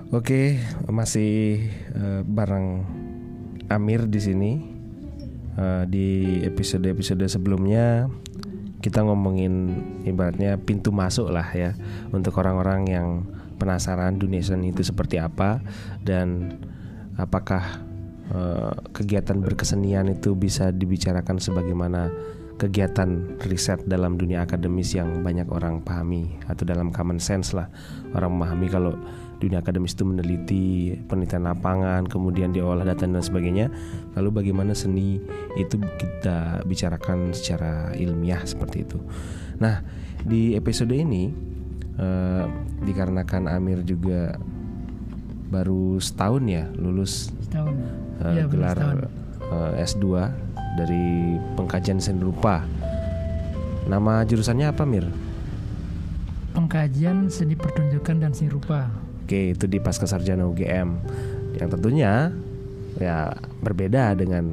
Oke, masih bareng Amir di sini. Di episode-episode sebelumnya kita ngomongin ibaratnya pintu masuk lah ya, untuk orang-orang yang penasaran dunia seni itu seperti apa, dan apakah kegiatan berkesenian itu bisa dibicarakan sebagaimana kegiatan riset dalam dunia akademis yang banyak orang pahami, atau dalam common sense lah orang memahami kalau dunia akademis itu meneliti penelitian lapangan, kemudian diolah data dan sebagainya. Lalu bagaimana seni itu kita bicarakan secara ilmiah seperti itu. Nah, di episode ini dikarenakan Amir juga baru setahun ya lulus gelar S2 dari pengkajian seni rupa. Nama jurusannya apa, Mir? Pengkajian seni pertunjukan dan seni rupa. Oke, itu di Pascasarjana UGM, yang tentunya ya berbeda dengan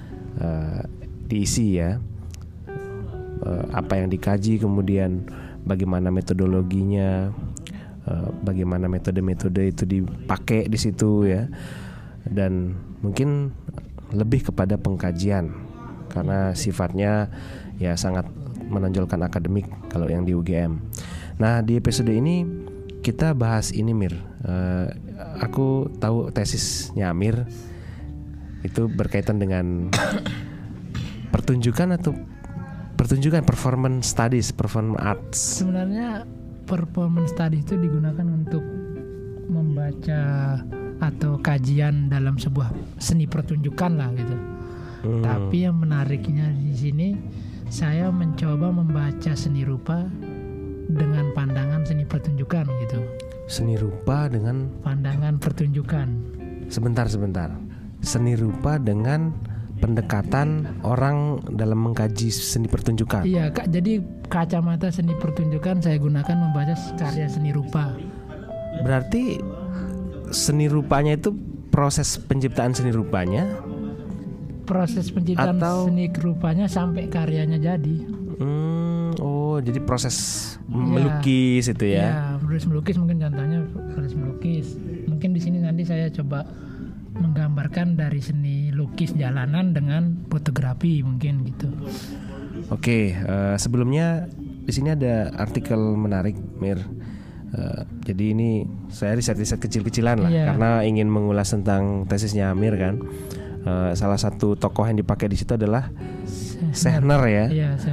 diisi ya, apa yang dikaji, kemudian bagaimana metodologinya, bagaimana metode-metode itu dipakai di situ ya, dan mungkin lebih kepada pengkajian karena sifatnya ya sangat menonjolkan akademik kalau yang di UGM. Nah, di episode ini kita bahas ini, Mir. Aku tahu tesisnya Amir itu berkaitan dengan pertunjukan performance studies, performance arts. Sebenarnya performance studies itu digunakan untuk membaca atau kajian dalam sebuah seni pertunjukan lah gitu. Tapi yang menariknya di sini saya mencoba membaca seni rupa dengan pandangan seni pertunjukan gitu. Seni rupa dengan pandangan pertunjukan. Sebentar. Seni rupa dengan pendekatan orang dalam mengkaji seni pertunjukan. Iya, Kak. Jadi kacamata seni pertunjukan saya gunakan membaca karya seni rupa. Berarti seni rupanya itu proses penciptaan seni rupanya? Proses penciptaan seni rupanya sampai karyanya jadi. Jadi proses melukis itu ya? Iya, proses melukis, mungkin contohnya proses melukis. Mungkin di sini nanti saya coba menggambarkan dari seni lukis jalanan dengan fotografi mungkin gitu. Oke, sebelumnya di sini ada artikel menarik, Mir. Jadi ini saya riset kecil-kecilan lah, karena ingin mengulas tentang tesisnya Amir kan. Salah satu tokoh yang dipakai di situ adalah Sechner ya,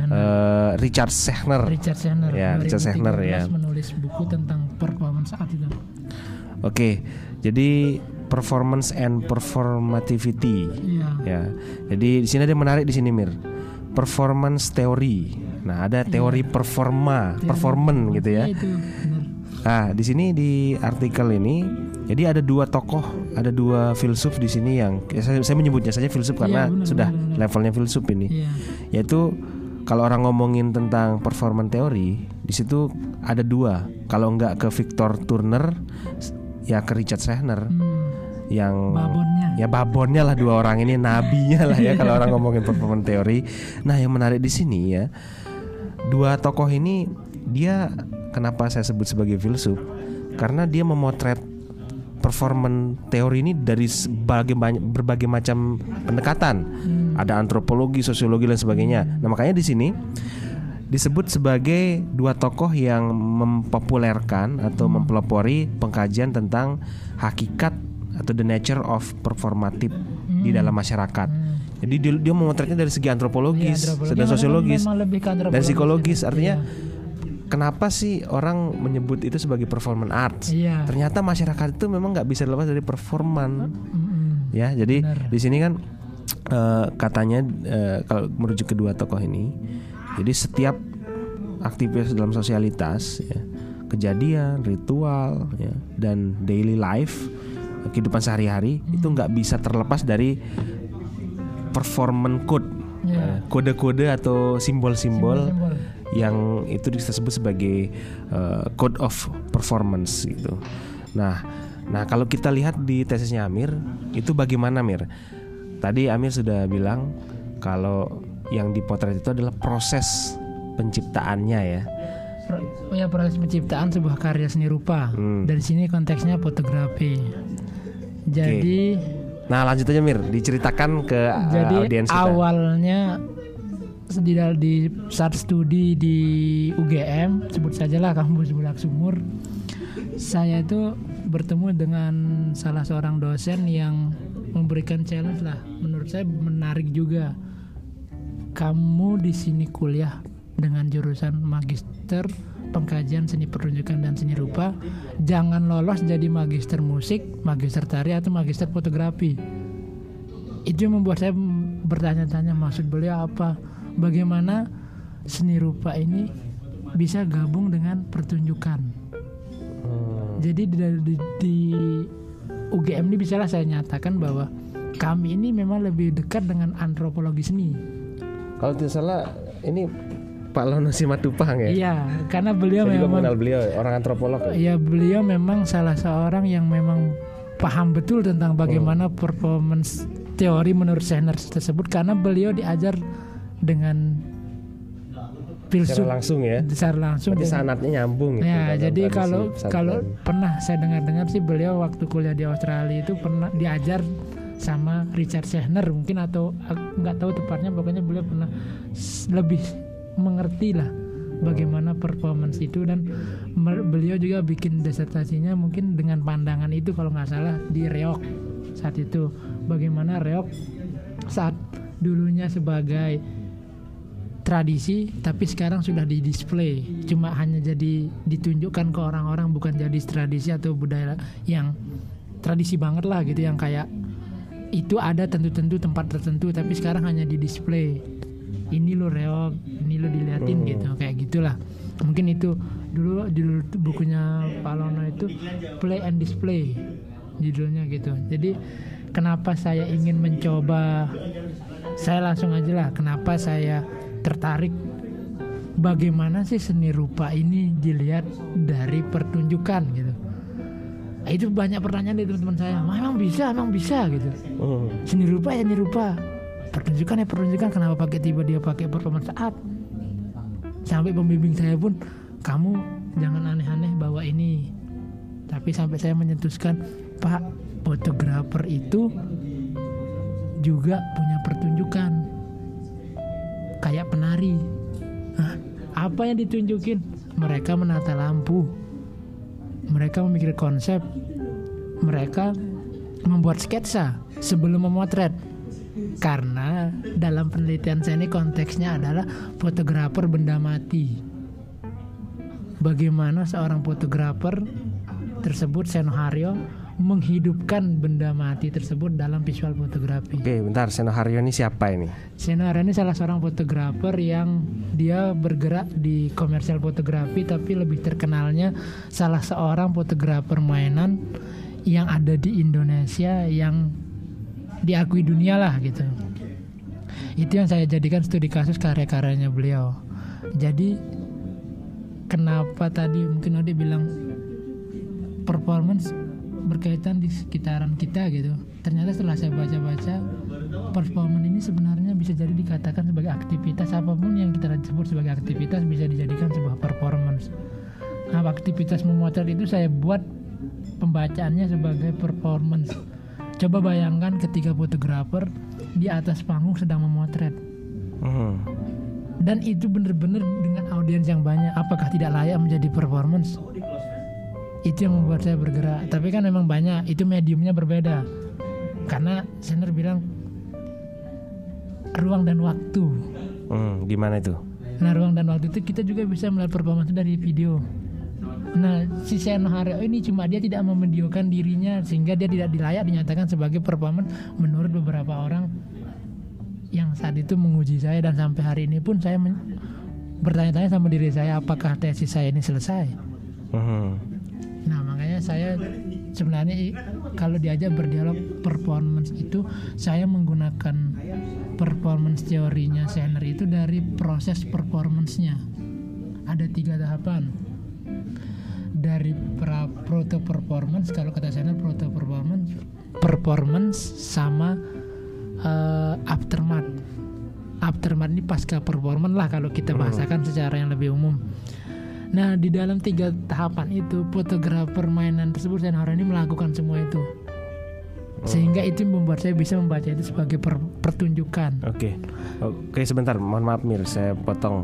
Richard Sechner. Ya, Richard Sechner ya. Menulis buku tentang performance art itu. Oke, jadi performance and performativity. Ya, jadi di sini ada yang menarik di sini, Mir. Performance theory. Nah, ada teori performance gitu ya. Nah, di sini di artikel ini, jadi ada dua tokoh, ada dua filsuf di sini yang saya menyebutnya saja filsuf karena sudah levelnya filsuf ini. Yaitu kalau orang ngomongin tentang performance theory, di situ ada dua. Kalau enggak ke Victor Turner, ya ke Richard Sechner. Yang babonnya lah dua orang ini, nabinya lah ya kalau orang ngomongin performance theory. Nah, yang menarik di sini ya, dua tokoh ini dia kenapa saya sebut sebagai filsuf? Karena dia memotret performance teori ini dari berbagai macam pendekatan. Ada antropologi, sosiologi dan sebagainya. Nah, makanya di sini disebut sebagai dua tokoh yang mempopulerkan atau mempelopori pengkajian tentang hakikat atau the nature of performative di dalam masyarakat. Jadi dia memotretnya dari segi antropologis, dan sosiologis, dan psikologis. Artinya kenapa sih orang menyebut itu sebagai performance arts? Ternyata masyarakat itu memang nggak bisa lepas dari performan. Ya, jadi di sini kan katanya kalau merujuk kedua tokoh ini, jadi setiap aktivitas dalam sosialitas, ya, kejadian, ritual, ya, dan daily life, kehidupan sehari-hari itu nggak bisa terlepas dari performance code, kode-kode atau simbol-simbol yang itu disebut sebagai code of performance gitu. Nah kalau kita lihat di tesisnya Amir itu bagaimana, Mir? Tadi Amir sudah bilang kalau yang dipotret itu adalah proses penciptaannya ya. proses penciptaan sebuah karya seni rupa. Dari sini konteksnya fotografi. Jadi nah lanjut aja Mir, diceritakan ke audiens kita. Jadi awalnya di saat studi di UGM, sebut sajalah kampus Bulak Sumur, saya itu bertemu dengan salah seorang dosen yang memberikan challenge lah. Menurut saya menarik juga. Kamu di sini kuliah dengan jurusan magister pengkajian seni pertunjukan dan seni rupa, jangan lolos jadi magister musik, magister tari atau magister fotografi. Itu yang membuat saya bertanya-tanya maksud beliau apa, bagaimana seni rupa ini bisa gabung dengan pertunjukan. Jadi di UGM ini bisalah saya nyatakan bahwa kami ini memang lebih dekat dengan antropologi seni. Kalau tidak salah ini Pak Lono Simatupang ya? Iya, karena beliau saya memang juga mengenal beliau, orang antropolog. Iya, beliau memang salah seorang yang memang paham betul tentang bagaimana performance teori menurut Sehner tersebut, karena beliau diajar dengan filsuf secara langsung ya. Secara langsung. Berarti sanatnya nyambung. Ya, jadi kalau pernah saya dengar sih beliau waktu kuliah di Australia itu pernah diajar sama Richard Sehner mungkin, atau nggak tahu tepatnya, pokoknya beliau pernah lebih mengerti lah bagaimana performance itu, dan beliau juga bikin disertasinya mungkin dengan pandangan itu kalau nggak salah di Reok saat itu, bagaimana Reok saat dulunya sebagai tradisi tapi sekarang sudah di display, cuma hanya jadi ditunjukkan ke orang-orang, bukan jadi tradisi atau budaya yang tradisi banget lah gitu, yang kayak itu ada tentu-tentu tempat tertentu tapi sekarang hanya di display. Ini lo reok, ini lo diliatin gitu, kayak gitulah. Mungkin itu dulu bukunya Pak Lono itu Play and Display judulnya gitu. Jadi kenapa saya ingin mencoba, saya langsung aja lah, kenapa saya tertarik bagaimana sih seni rupa ini dilihat dari pertunjukan gitu. Itu banyak pertanyaan dari teman-teman saya, emang bisa gitu. Seni rupa, pertunjukan kenapa dia pakai performance art. Sampai pembimbing saya pun, kamu jangan aneh-aneh bawa ini. Tapi sampai saya menyentuhkan, Pak, fotografer itu juga punya pertunjukan kayak penari. Apa yang ditunjukin? Mereka menata lampu, mereka memikir konsep, mereka membuat sketsa sebelum memotret. Karena dalam penelitian saya ini konteksnya adalah fotografer benda mati. Bagaimana seorang fotografer tersebut, Seno Haryo, menghidupkan benda mati tersebut dalam visual fotografi. Oke, bentar, Seno Haryo ini siapa ini? Seno Haryo ini salah seorang fotografer yang dia bergerak di komersial fotografi, tapi lebih terkenalnya salah seorang fotografer mainan yang ada di Indonesia yang diakui dunia lah gitu. Itu yang saya jadikan studi kasus karya-karyanya beliau. Jadi kenapa tadi mungkin Odi bilang performance berkaitan di sekitaran kita gitu. Ternyata setelah saya baca-baca, performance ini sebenarnya bisa jadi dikatakan sebagai aktivitas, apapun yang kita sebut sebagai aktivitas bisa dijadikan sebuah performance. Nah, aktivitas memotret itu saya buat pembacaannya sebagai performance. Coba bayangkan ketika fotografer di atas panggung sedang memotret, dan itu benar-benar dengan audiens yang banyak, apakah tidak layak menjadi performance? Itu yang membuat saya bergerak. Tapi kan memang banyak, itu mediumnya berbeda. Karena Sehner bilang ruang dan waktu. Gimana itu? Nah, ruang dan waktu itu kita juga bisa melihat performance dari video. Nah, si Seno Haryo ini cuma dia tidak memvideokan dirinya sehingga dia tidak layak dinyatakan sebagai performance menurut beberapa orang yang saat itu menguji saya, dan sampai hari ini pun saya bertanya-tanya sama diri saya, apakah tesis saya ini selesai? Nah, makanya saya sebenarnya kalau diajak berdialog performance itu, saya menggunakan performance teorinya Sehner itu dari proses performance-nya. Ada 3 tahapan. Dari proto performance, kalau kata Sehner proto performance sama aftermath ini pasca performance lah kalau kita bahasakan secara yang lebih umum. Nah di dalam 3 tahapan itu fotografer mainan tersebut Senhora ini melakukan semua itu, sehingga itu membuat saya bisa membaca itu sebagai pertunjukan. Oke, sebentar, mohon maaf Mir, saya potong.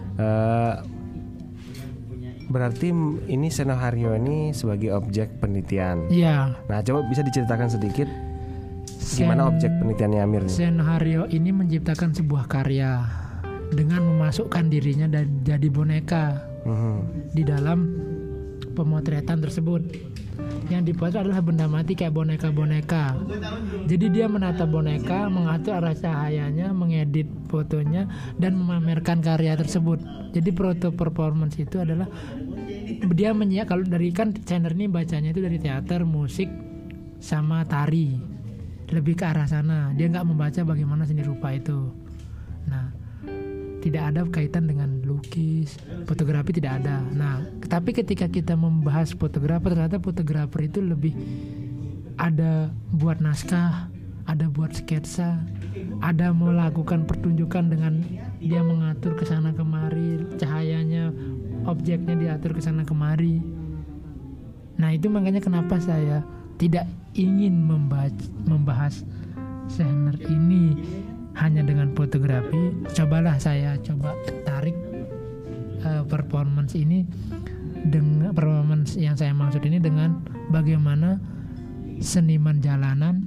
Berarti ini Senohario ini sebagai objek penelitian. Iya. Nah, coba bisa diceritakan sedikit gimana objek penelitiannya Amir nih? Senohario ini menciptakan sebuah karya dengan memasukkan dirinya dan jadi boneka di dalam pemotretan tersebut. Yang dipotret adalah benda mati kayak boneka-boneka. Jadi dia menata boneka, mengatur arah cahayanya, mengedit fotonya, dan memamerkan karya tersebut. Jadi proto performance itu adalah dia kalau dari kan genre ini bacanya itu dari teater, musik, sama tari. Lebih ke arah sana. Dia nggak membaca bagaimana seni rupa itu. Nah, tidak ada kaitan dengan lukis, fotografi tidak ada. Nah, tapi ketika kita membahas fotografer, ternyata fotografer itu lebih ada buat naskah, ada buat sketsa, ada melakukan pertunjukan dengan dia mengatur ke sana kemari, cahayanya, objeknya diatur ke sana kemari. Nah, itu makanya kenapa saya tidak ingin membahas genre ini hanya dengan fotografi. Saya coba tarik performance ini dengan performance yang saya maksud ini dengan bagaimana seniman jalanan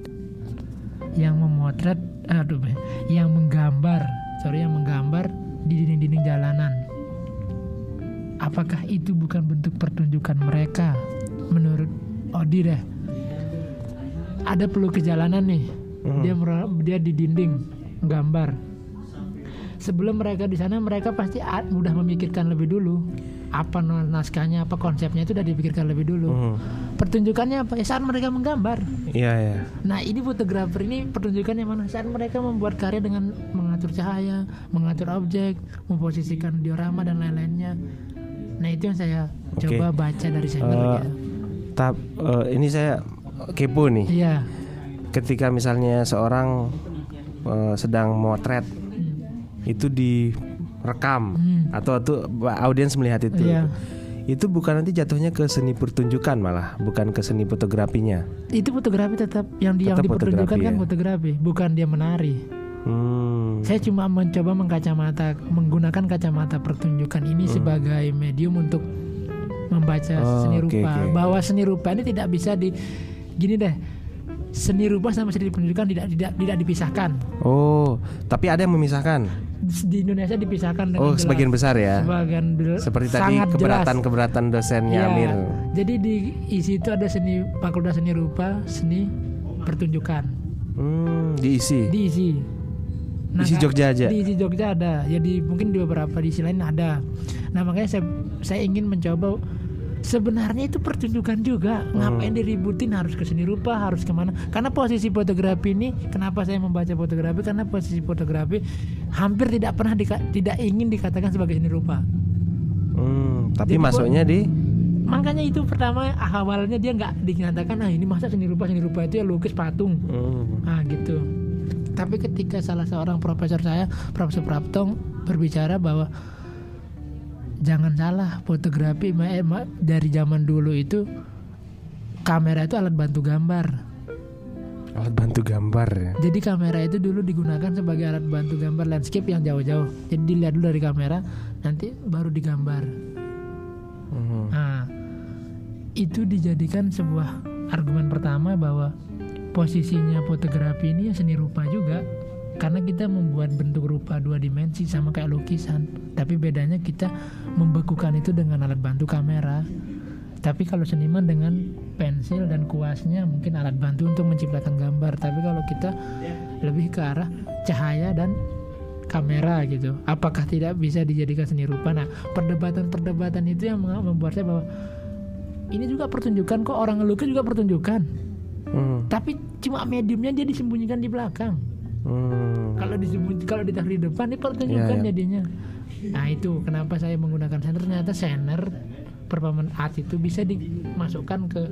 yang memotret yang menggambar di dinding-dinding jalanan. Apakah itu bukan bentuk pertunjukan mereka? Menurut Odi deh, ada pelukis jalanan nih. Dia di dinding gambar. Sebelum mereka di sana, mereka pasti mudah memikirkan lebih dulu apa naskahnya, apa konsepnya, itu udah dipikirkan lebih dulu. Pertunjukannya apa? Saat mereka menggambar. Iya. Nah, ini fotografer ini pertunjukannya mana? Saat mereka membuat karya dengan mengatur cahaya, mengatur objek, memposisikan diorama dan lain-lainnya. Nah, itu yang saya coba baca dari Senhor. Ini saya kepo nih. Iya. Ketika misalnya seorang sedang motret, itu direkam atau audiens melihat itu, itu bukan nanti jatuhnya ke seni pertunjukan, malah bukan ke seni fotografinya. Itu fotografi tetap yang dipertunjukkan kan fotografi, bukan dia menari. Saya cuma mencoba menggunakan kacamata pertunjukan ini sebagai medium untuk membaca seni rupa. Bahwa seni rupa ini tidak bisa gini deh. Seni rupa sama seni pertunjukan tidak dipisahkan. Oh, tapi ada yang memisahkan. Di Indonesia dipisahkan dengan jelas. Sebagian besar ya. Seperti tadi keberatan dosennya Amir. Jadi di isi itu ada fakultas seni rupa, seni pertunjukan. Diisi. Nah, isi Jogja aja. Di isi Jogja ada. Jadi mungkin di beberapa di isi lain ada. Nah, makanya saya ingin mencoba. Sebenarnya itu pertunjukan juga. Ngapain diributin harus ke seni rupa, harus kemana? Karena posisi fotografi ini, kenapa saya membaca fotografi? Karena posisi fotografi hampir tidak pernah tidak ingin dikatakan sebagai seni rupa. Tapi masuknya makanya itu pertama awalnya dia nggak dinyatakan, ini masa seni rupa itu ya lukis patung. Gitu. Tapi ketika salah seorang Profesor Praptong berbicara bahwa jangan salah, fotografi dari zaman dulu itu kamera itu alat bantu gambar. Alat bantu gambar ya. Jadi kamera itu dulu digunakan sebagai alat bantu gambar landscape yang jauh-jauh. Jadi dilihat dulu dari kamera, nanti baru digambar. Nah, itu dijadikan sebuah argumen pertama bahwa posisinya fotografi ini ya seni rupa juga. Karena kita membuat bentuk rupa 2 dimensi sama kayak lukisan. Tapi bedanya kita membekukan itu dengan alat bantu kamera. Tapi kalau seniman dengan pensil dan kuasnya mungkin alat bantu untuk menciptakan gambar. Tapi kalau kita lebih ke arah cahaya dan kamera gitu. Apakah tidak bisa dijadikan seni rupa? Nah, perdebatan itu yang membuat saya bahwa ini juga pertunjukan kok. Orang ngelukis juga pertunjukan. Tapi cuma mediumnya dia disembunyikan di belakang. Kalau ditaruh di depan ini pertunjukan jadinya. Nah, itu kenapa saya menggunakan Senhor. Ternyata Senhor performance art itu bisa dimasukkan ke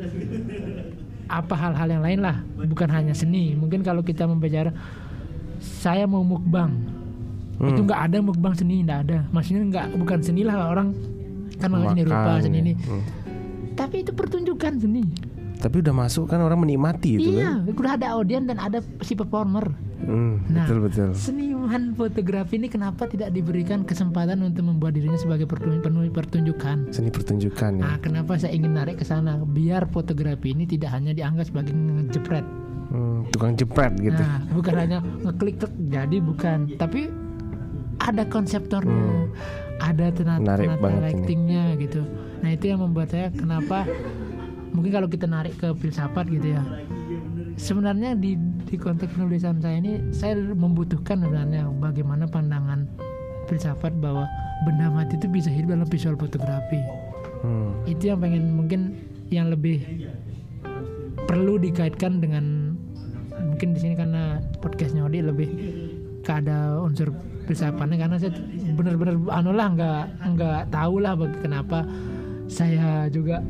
hal-hal yang lain lah, bukan hanya seni. Mungkin kalau kita membicara saya mau mukbang, itu nggak ada mukbang seni, nggak ada. Maksudnya bukan seni lah, orang kan seni rupa, seni ini. Tapi itu pertunjukan seni. Tapi udah masuk kan orang menikmati itu kan. Iya, udah ada audiens dan ada si performer. Nah, betul. Seniman fotografi ini kenapa tidak diberikan kesempatan untuk membuat dirinya sebagai pertunjukan? Seni pertunjukan ya. Nah, kenapa saya ingin narik ke sana biar fotografi ini tidak hanya dianggap sebagai ngejepret. Tukang jepret gitu. Nah, bukan hanya ngeklik jadi bukan, tapi ada konseptornya, ada tenata lightingnya gitu. Nah, itu yang membuat saya kenapa mungkin kalau kita narik ke filsafat gitu ya. Sebenarnya di konteks penulisan saya ini saya membutuhkan sebenarnya bagaimana pandangan filsafat bahwa benda mati itu bisa hidup dalam visual fotografi. Itu yang pengen mungkin yang lebih perlu dikaitkan dengan mungkin di sini karena podcastnya Odi lebih ke ada unsur filsafatnya karena saya benar-benar nggak tahu lah kenapa saya juga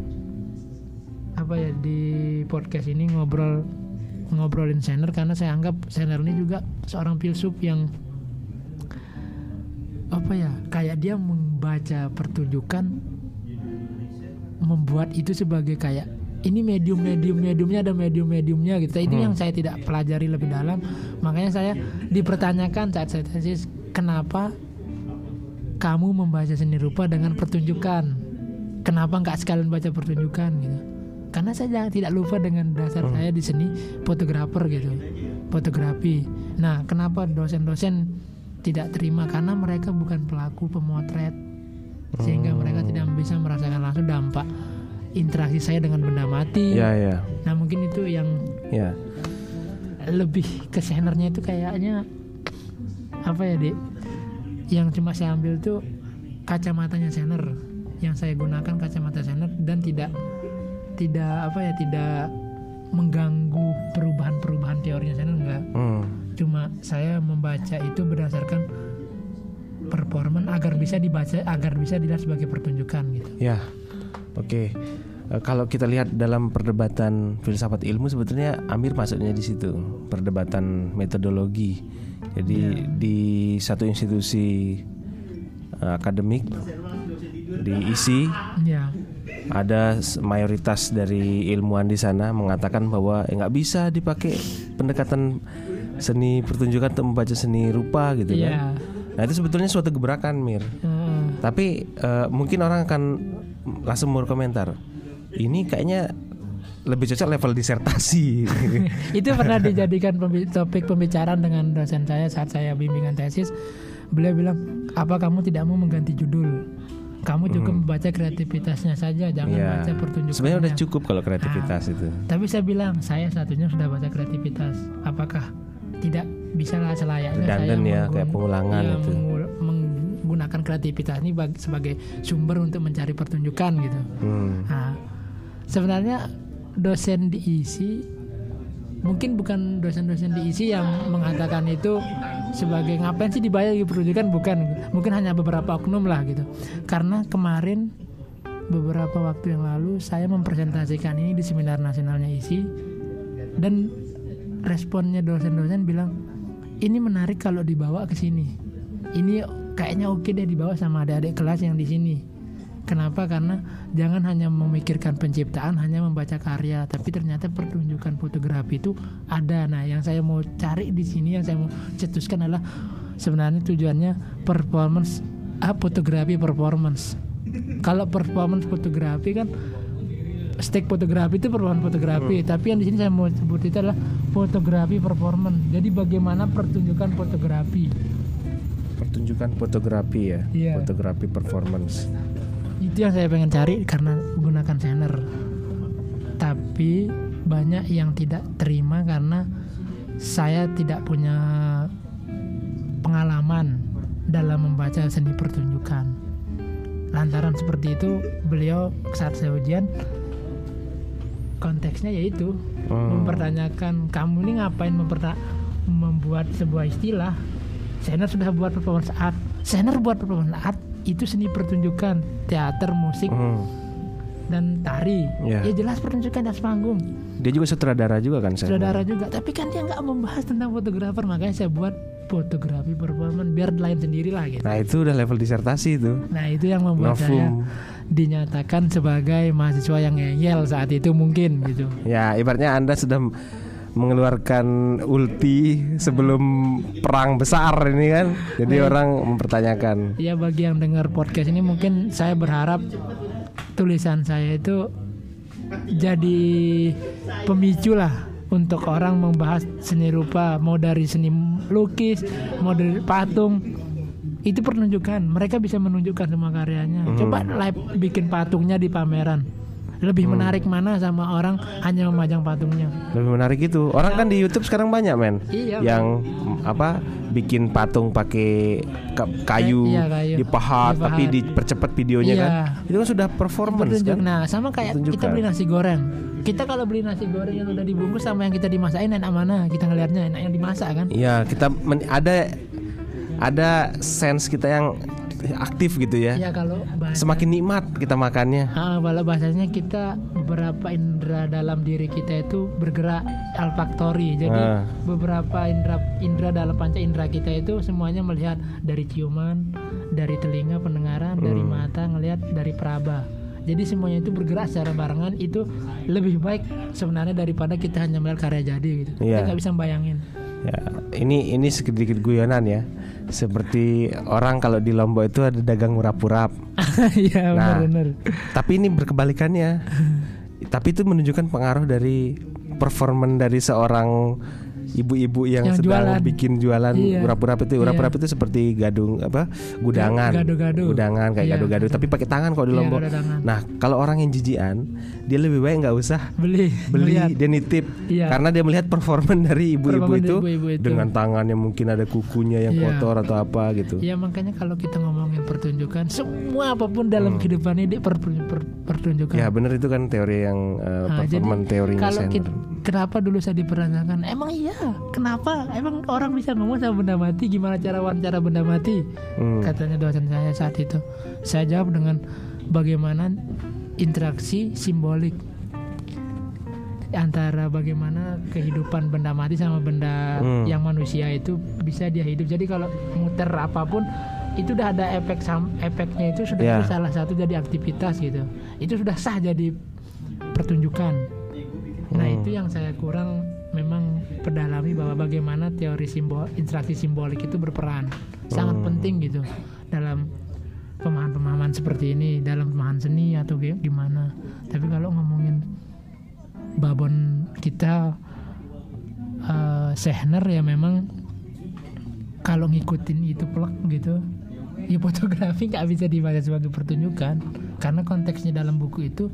di podcast ini ngobrolin Sainer karena saya anggap Sainer ini juga seorang filsuf yang kayak dia membaca pertunjukan, membuat itu sebagai kayak ini mediumnya ada mediumnya gitu. Itu yang saya tidak pelajari lebih dalam, makanya saya dipertanyakan saat saya tesis, kenapa kamu membaca seni rupa dengan pertunjukan, kenapa nggak sekalian baca pertunjukan gitu. Karena saya tidak lupa dengan dasar saya di seni fotografer gitu, fotografi. Nah, kenapa dosen-dosen tidak terima? Karena mereka bukan pelaku pemotret, sehingga mereka tidak bisa merasakan langsung dampak interaksi saya dengan benda mati. Nah, mungkin itu yang lebih ke Sainernya itu kayaknya Dik? Yang cuma saya ambil tuh kacamatanya Sainer, yang saya gunakan kacamata Sainer dan tidak mengganggu perubahan teorinya saya enggak. Cuma saya membaca itu berdasarkan performan agar bisa dilihat sebagai pertunjukan gitu. Ya. Oke. Kalau kita lihat dalam perdebatan filsafat ilmu sebetulnya Amir masuknya di situ, perdebatan metodologi. Jadi di satu institusi akademik di ISI ada mayoritas dari ilmuwan di sana mengatakan bahwa nggak bisa dipakai pendekatan seni pertunjukan untuk membaca seni rupa gitu kan. Nah, itu sebetulnya suatu gebrakan, Mir. Tapi mungkin orang akan langsung berkomentar, ini kayaknya lebih cocok level disertasi. Itu pernah dijadikan topik pembicaraan dengan dosen saya saat saya bimbingan tesis. Beliau bilang, apa kamu tidak mau mengganti judul? Kamu juga membaca kreativitasnya saja, jangan baca pertunjukannya. Sebenarnya udah cukup kalau kreativitas itu. Tapi saya bilang, saya satunya sudah baca kreativitas. Apakah tidak bisa selayaknya saya kayak pengulangan itu. Menggunakan kreativitas ini sebagai sumber untuk mencari pertunjukan gitu. Nah, sebenarnya dosen di ISI mungkin bukan dosen-dosen di ISI yang mengatakan itu sebagai ngapain sih dibayar di pertunjukan, bukan, mungkin hanya beberapa oknum lah gitu. Karena kemarin beberapa waktu yang lalu saya mempresentasikan ini di seminar nasionalnya ISI dan responnya dosen-dosen bilang ini menarik kalau dibawa ke sini, ini kayaknya oke deh dibawa sama adik-adik kelas yang di sini. Kenapa? Karena jangan hanya memikirkan penciptaan, hanya membaca karya, tapi ternyata pertunjukan fotografi itu ada. Nah, yang saya mau cari di sini, yang saya mau cetuskan adalah sebenarnya tujuannya performance, fotografi performance. Kalau performance fotografi kan stick fotografi itu performance fotografi, tapi yang di sini saya mau sebut itu adalah fotografi performance. Jadi bagaimana pertunjukan fotografi? Pertunjukan fotografi ya, fotografi performance. Itu yang saya pengen cari karena menggunakan Sainer. Tapi banyak yang tidak terima karena saya tidak punya pengalaman dalam membaca seni pertunjukan. Lantaran seperti itu, beliau saat saya ujian konteksnya yaitu mempertanyakan, kamu ini ngapain membuat sebuah istilah? Sainer sudah buat performance art. Sainer buat performance art itu seni pertunjukan, teater, musik, dan tari. Ya jelas pertunjukan di atas panggung. Dia juga sutradara juga kan? Sutradara juga, tapi kan dia nggak membahas tentang fotografer, makanya saya buat fotografi performance biar lain sendiri lah gitu. Nah itu udah level disertasi itu. Nah itu yang membuat saya dinyatakan sebagai mahasiswa yang ngeyel saat itu mungkin gitu. Ya ibaratnya Anda sudah mengeluarkan ulti sebelum perang besar ini kan. Jadi orang mempertanyakan. Ya bagi yang dengar podcast ini mungkin saya berharap tulisan saya itu jadi pemicu lah untuk orang membahas seni rupa, mau dari seni lukis, mau dari patung. Itu pertunjukan, mereka bisa menunjukkan semua karyanya. Coba live bikin patungnya di pameran. Lebih menarik mana sama orang hanya memajang patungnya? Lebih menarik itu. Orang kan di YouTube sekarang banyak men. Iya, yang bikin patung pakai kayu, dipahat tapi dipercepat videonya kan. Itu kan sudah performance kan. Nah, sama kayak kita beli nasi goreng. Kita kalau beli nasi goreng yang udah dibungkus sama yang kita dimasakin enak mana? Kita ngelihatnya enak yang dimasak kan? Iya, kita ada sense kita yang aktif gitu ya. Iya, kalau semakin nikmat kita makannya. Kalau bahasanya kita beberapa indera dalam diri kita itu bergerak olfaktori. Jadi beberapa indera dalam panca indera kita itu semuanya melihat dari ciuman, dari telinga pendengaran, dari mata ngelihat, dari peraba. Jadi semuanya itu bergerak secara barengan, itu lebih baik sebenarnya daripada kita hanya melihat karya jadi gitu. Kita nggak bisa bayangin. Ya, ini sedikit guyonan ya. Seperti orang kalau di Lombok itu ada dagang urap-urap. Iya, benar-benar. Tapi ini berkebalikannya. Tapi itu menunjukkan pengaruh dari performan dari seorang ibu-ibu yang sedang bikin jualan urap-urap itu. Urap-urap itu seperti gudangan kayak gado-gado tapi pakai tangan kalau di Lombok. Nah, kalau orang yang jijian, dia lebih baik nggak usah beli dia nitip karena dia melihat performan dari ibu-ibu itu dengan tangannya mungkin ada kukunya yang kotor atau apa gitu. Ya makanya kalau kita ngomongin pertunjukan, semua apapun dalam kehidupan ini pertunjukan. Ya benar, itu kan teori yang performan teorinya Sandler. Kenapa dulu saya dipertanyakan, emang iya kenapa emang orang bisa ngomong sama benda mati, gimana cara wawancara benda mati? Katanya dosen saya saat itu. Saya jawab dengan bagaimana interaksi simbolik antara bagaimana kehidupan benda mati sama benda yang manusia itu bisa dia hidup. Jadi kalau muter apapun itu udah ada efeknya, itu sudah itu salah satu jadi aktivitas gitu. Itu sudah sah jadi pertunjukan. Nah itu yang saya kurang memang pedalami, bahwa bagaimana teori interaksi simbolik itu berperan sangat penting gitu dalam pemahaman seperti ini, dalam pemahaman seni atau gimana. Tapi kalau ngomongin babon kita Sehner ya memang kalau ngikutin itu plek gitu, ya fotografi nggak bisa dibaca sebagai pertunjukan karena konteksnya dalam buku itu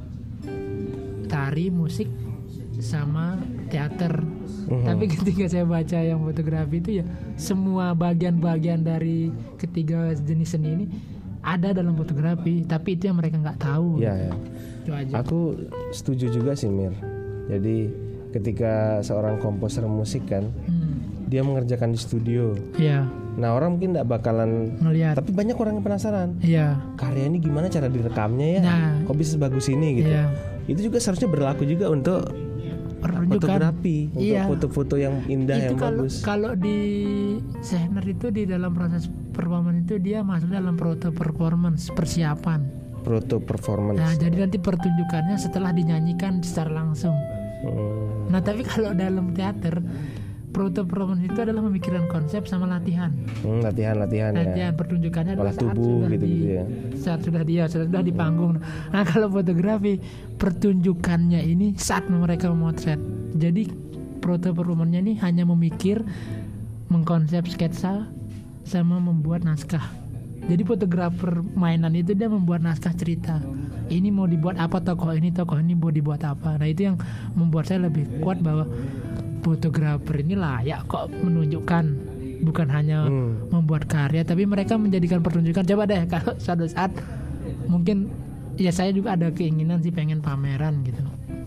tari, musik, sama teater. Tapi ketika saya baca yang fotografi itu ya semua bagian-bagian dari ketiga jenis seni ini ada dalam fotografi, tapi itu yang mereka nggak tahu. Ya. Itu aja. Aku setuju juga sih Mir. Jadi ketika seorang komposer musik kan, dia mengerjakan di studio. Iya. Nah orang mungkin nggak bakalan ngeliat, tapi banyak orang yang penasaran. Iya. Karya ini gimana cara direkamnya ya? Kok bisa sebagus ini gitu? Iya. Itu juga seharusnya berlaku juga untuk fotografi, untuk foto-foto yang indah itu yang bagus. Kalau di Sehner itu di dalam proses performance itu dia masuk dalam proto performance, persiapan. Proto performance. Nah jadi nanti pertunjukannya setelah dinyanyikan secara langsung. Nah tapi kalau dalam teater proto performance itu adalah memikirkan konsep sama latihan. Latihan pertunjukannya adalah saat tubuh sudah gitu sudah di panggung. Nah kalau fotografi pertunjukannya ini saat mereka memotret. Jadi proto performance-nya ini hanya memikir, mengkonsep sketsa sama membuat naskah. Jadi fotografer mainan itu dia membuat naskah cerita. Ini mau dibuat apa, tokoh ini mau dibuat apa. Nah itu yang membuat saya lebih kuat bahwa fotografer ini layak kok menunjukkan, bukan hanya membuat karya, tapi mereka menjadikan pertunjukan. Coba deh kalau suatu saat mungkin ya saya juga ada keinginan sih pengen pameran gitu,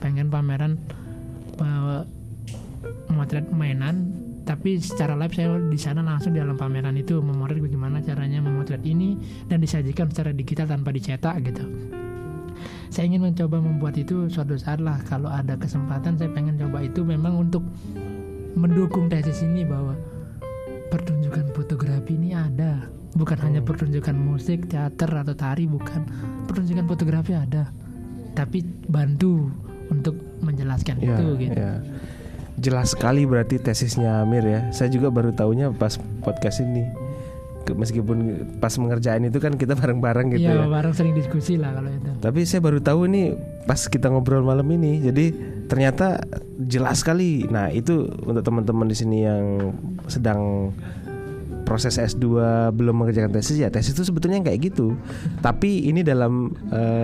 memotret mainan, tapi secara live saya di sana langsung di dalam pameran itu memotret bagaimana caranya memotret ini dan disajikan secara digital tanpa dicetak gitu. Saya ingin mencoba membuat itu suatu saat lah, kalau ada kesempatan saya pengen coba itu, memang untuk mendukung tesis ini bahwa pertunjukan fotografi ini ada. Bukan hanya pertunjukan musik, teater atau tari, bukan. Pertunjukan fotografi ada. Tapi bantu untuk menjelaskan itu gitu. Ya. Jelas sekali berarti tesisnya Amir ya. Saya juga baru tahunya pas podcast ini. Meskipun pas mengerjain itu kan kita bareng-bareng gitu ya. Iya, bareng sering diskusi lah kalau itu. Tapi saya baru tahu ini pas kita ngobrol malam ini. Jadi ternyata jelas sekali. Nah, itu untuk teman-teman di sini yang sedang proses S2 belum mengerjakan tesis, ya tesis itu sebetulnya kayak gitu. Tapi ini dalam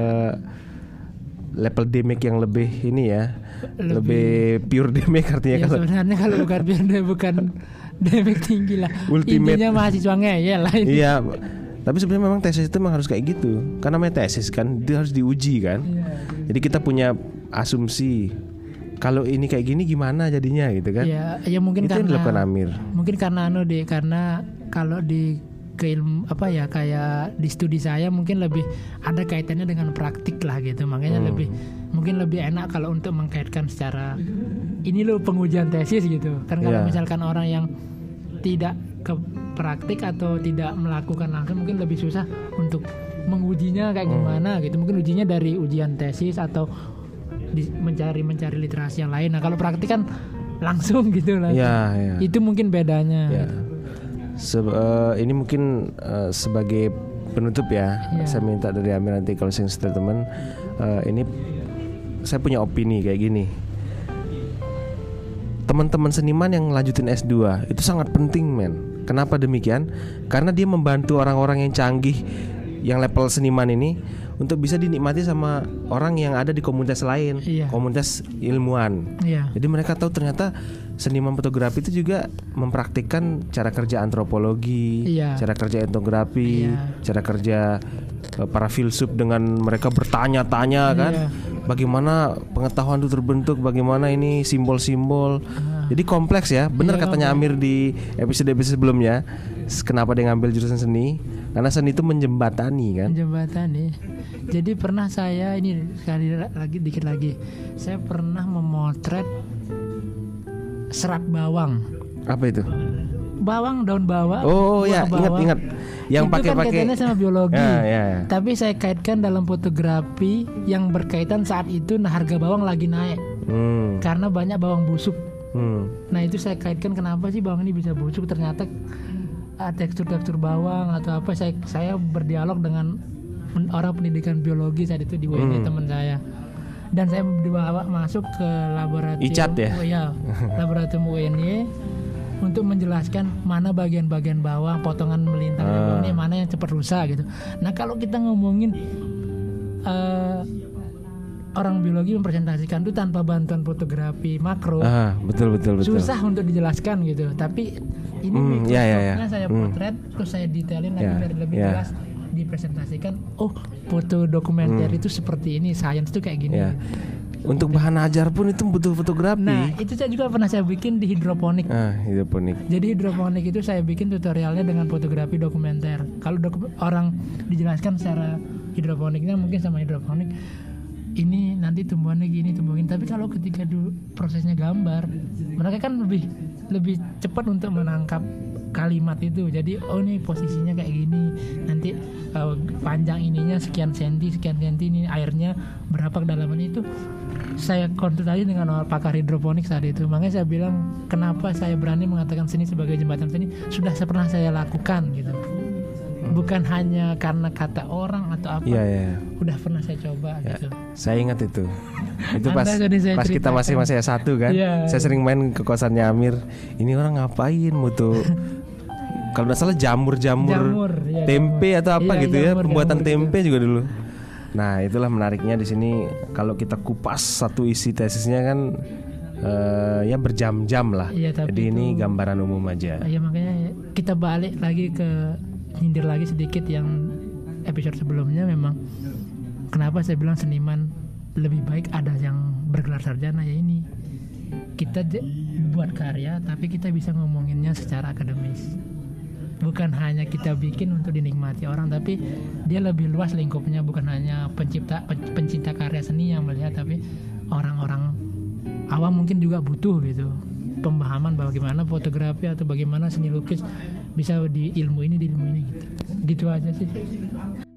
level DMIC yang lebih ini ya. Lebih pure DMIC artinya ya, sebenarnya kalau bukan pure bukan DMIC tinggi lah. Ultimate. Intinya mahasiswa ngeyel lah ini. Iya. Tapi sebenarnya memang tesis itu memang harus kayak gitu. Karena namanya tesis kan dia harus diuji kan. Iya. Jadi kita punya asumsi kalau ini kayak gini gimana jadinya gitu kan. Ya mungkin itu karena yang dilakukan Amir. Mungkin karena karena kalau di keilmu kayak di studi saya mungkin lebih ada kaitannya dengan praktik lah gitu. Makanya mungkin lebih enak kalau untuk mengkaitkan secara ini loh pengujian tesis gitu. Kan kalau misalkan orang yang tidak ke praktik atau tidak melakukan langsung mungkin lebih susah untuk mengujinya kayak gimana gitu. Mungkin ujinya dari ujian tesis atau mencari literasi yang lain. Nah, kalau praktik kan langsung gitu lah. Ya. Itu mungkin bedanya. Ya. Ini mungkin sebagai penutup ya. Saya minta dari Amir nanti closing statement. Ini saya punya opini kayak gini. Teman-teman seniman yang lanjutin S2 itu sangat penting men. Kenapa demikian? Karena dia membantu orang-orang yang canggih, yang level seniman ini untuk bisa dinikmati sama orang yang ada di komunitas lain, komunitas ilmuwan. Jadi mereka tahu ternyata seniman fotografi itu juga mempraktikkan cara kerja antropologi, cara kerja etnografi, cara kerja para filsuf dengan mereka bertanya-tanya kan, bagaimana pengetahuan itu terbentuk, bagaimana ini simbol-simbol. Jadi kompleks ya, benar katanya Amir di episode-episode sebelumnya. Kenapa dia ngambil jurusan seni? Karena seni itu menjembatani kan. Menjembatani. Jadi pernah saya ini dikit lagi, saya pernah memotret serat bawang. Apa itu? Bawang, daun bawang. Oh ya, ingat. Yang pakai-pakai. Itu kan kaitannya sama biologi. Ya. Tapi saya kaitkan dalam fotografi yang berkaitan saat itu harga bawang lagi naik. Karena banyak bawang busuk. Nah itu saya kaitkan kenapa sih bawang ini bisa busuk. Ternyata tekstur bawang atau apa. Saya berdialog dengan orang pendidikan biologi saat itu di UNY teman saya. Dan saya dibawa masuk ke laboratorium ICAT ya? Laboratorium UNY untuk menjelaskan mana bagian-bagian bawang, potongan melintang bawang ini mana yang cepat rusak gitu. Nah kalau kita ngomongin orang biologi mempresentasikan itu tanpa bantuan fotografi makro, betul. susah untuk dijelaskan gitu. Tapi ini mikroskopnya saya potret, terus saya detailin lagi biar lebih jelas dipresentasikan. Oh, foto dokumenter itu seperti ini, sains itu kayak gini. Untuk bahan ajar pun itu butuh fotografi. Nah, itu saya juga pernah saya bikin di hidroponik. Hidroponik. Jadi hidroponik itu saya bikin tutorialnya dengan fotografi dokumenter. Kalau orang dijelaskan secara hidroponiknya mungkin sama hidroponik ini nanti tumbuhannya gini, tapi kalau ketika prosesnya gambar, mereka kan lebih cepat untuk menangkap kalimat itu. Jadi ini posisinya kayak gini, nanti panjang ininya sekian senti ini, airnya berapa kedalaman itu. Saya konsultasi dengan pakar hidroponik saat itu. Makanya saya bilang kenapa saya berani mengatakan seni sebagai jembatan seni, sudah pernah saya lakukan gitu. Bukan hanya karena kata orang atau apa. Udah pernah saya coba gitu. Saya ingat itu. Itu pas kita masih S1 kan. Saya sering main ke kosannya Amir. Ini orang ngapain mutu kalau nggak salah jamur tempe atau apa gitu ya, pembuatan tempe juga dulu. Nah, itulah menariknya di sini kalau kita kupas satu isi tesisnya kan ya berjam-jam lah. Jadi ini gambaran umum aja. Makanya kita balik lagi nyindir lagi sedikit yang episode sebelumnya. Memang kenapa saya bilang seniman lebih baik ada yang bergelar sarjana, ya ini kita buat karya tapi kita bisa ngomonginnya secara akademis. Bukan hanya kita bikin untuk dinikmati orang, tapi dia lebih luas lingkupnya. Bukan hanya pencinta karya seni yang melihat, tapi orang-orang awam mungkin juga butuh gitu. pemahaman bagaimana fotografi atau bagaimana seni lukis bisa di ilmu ini gitu aja sih.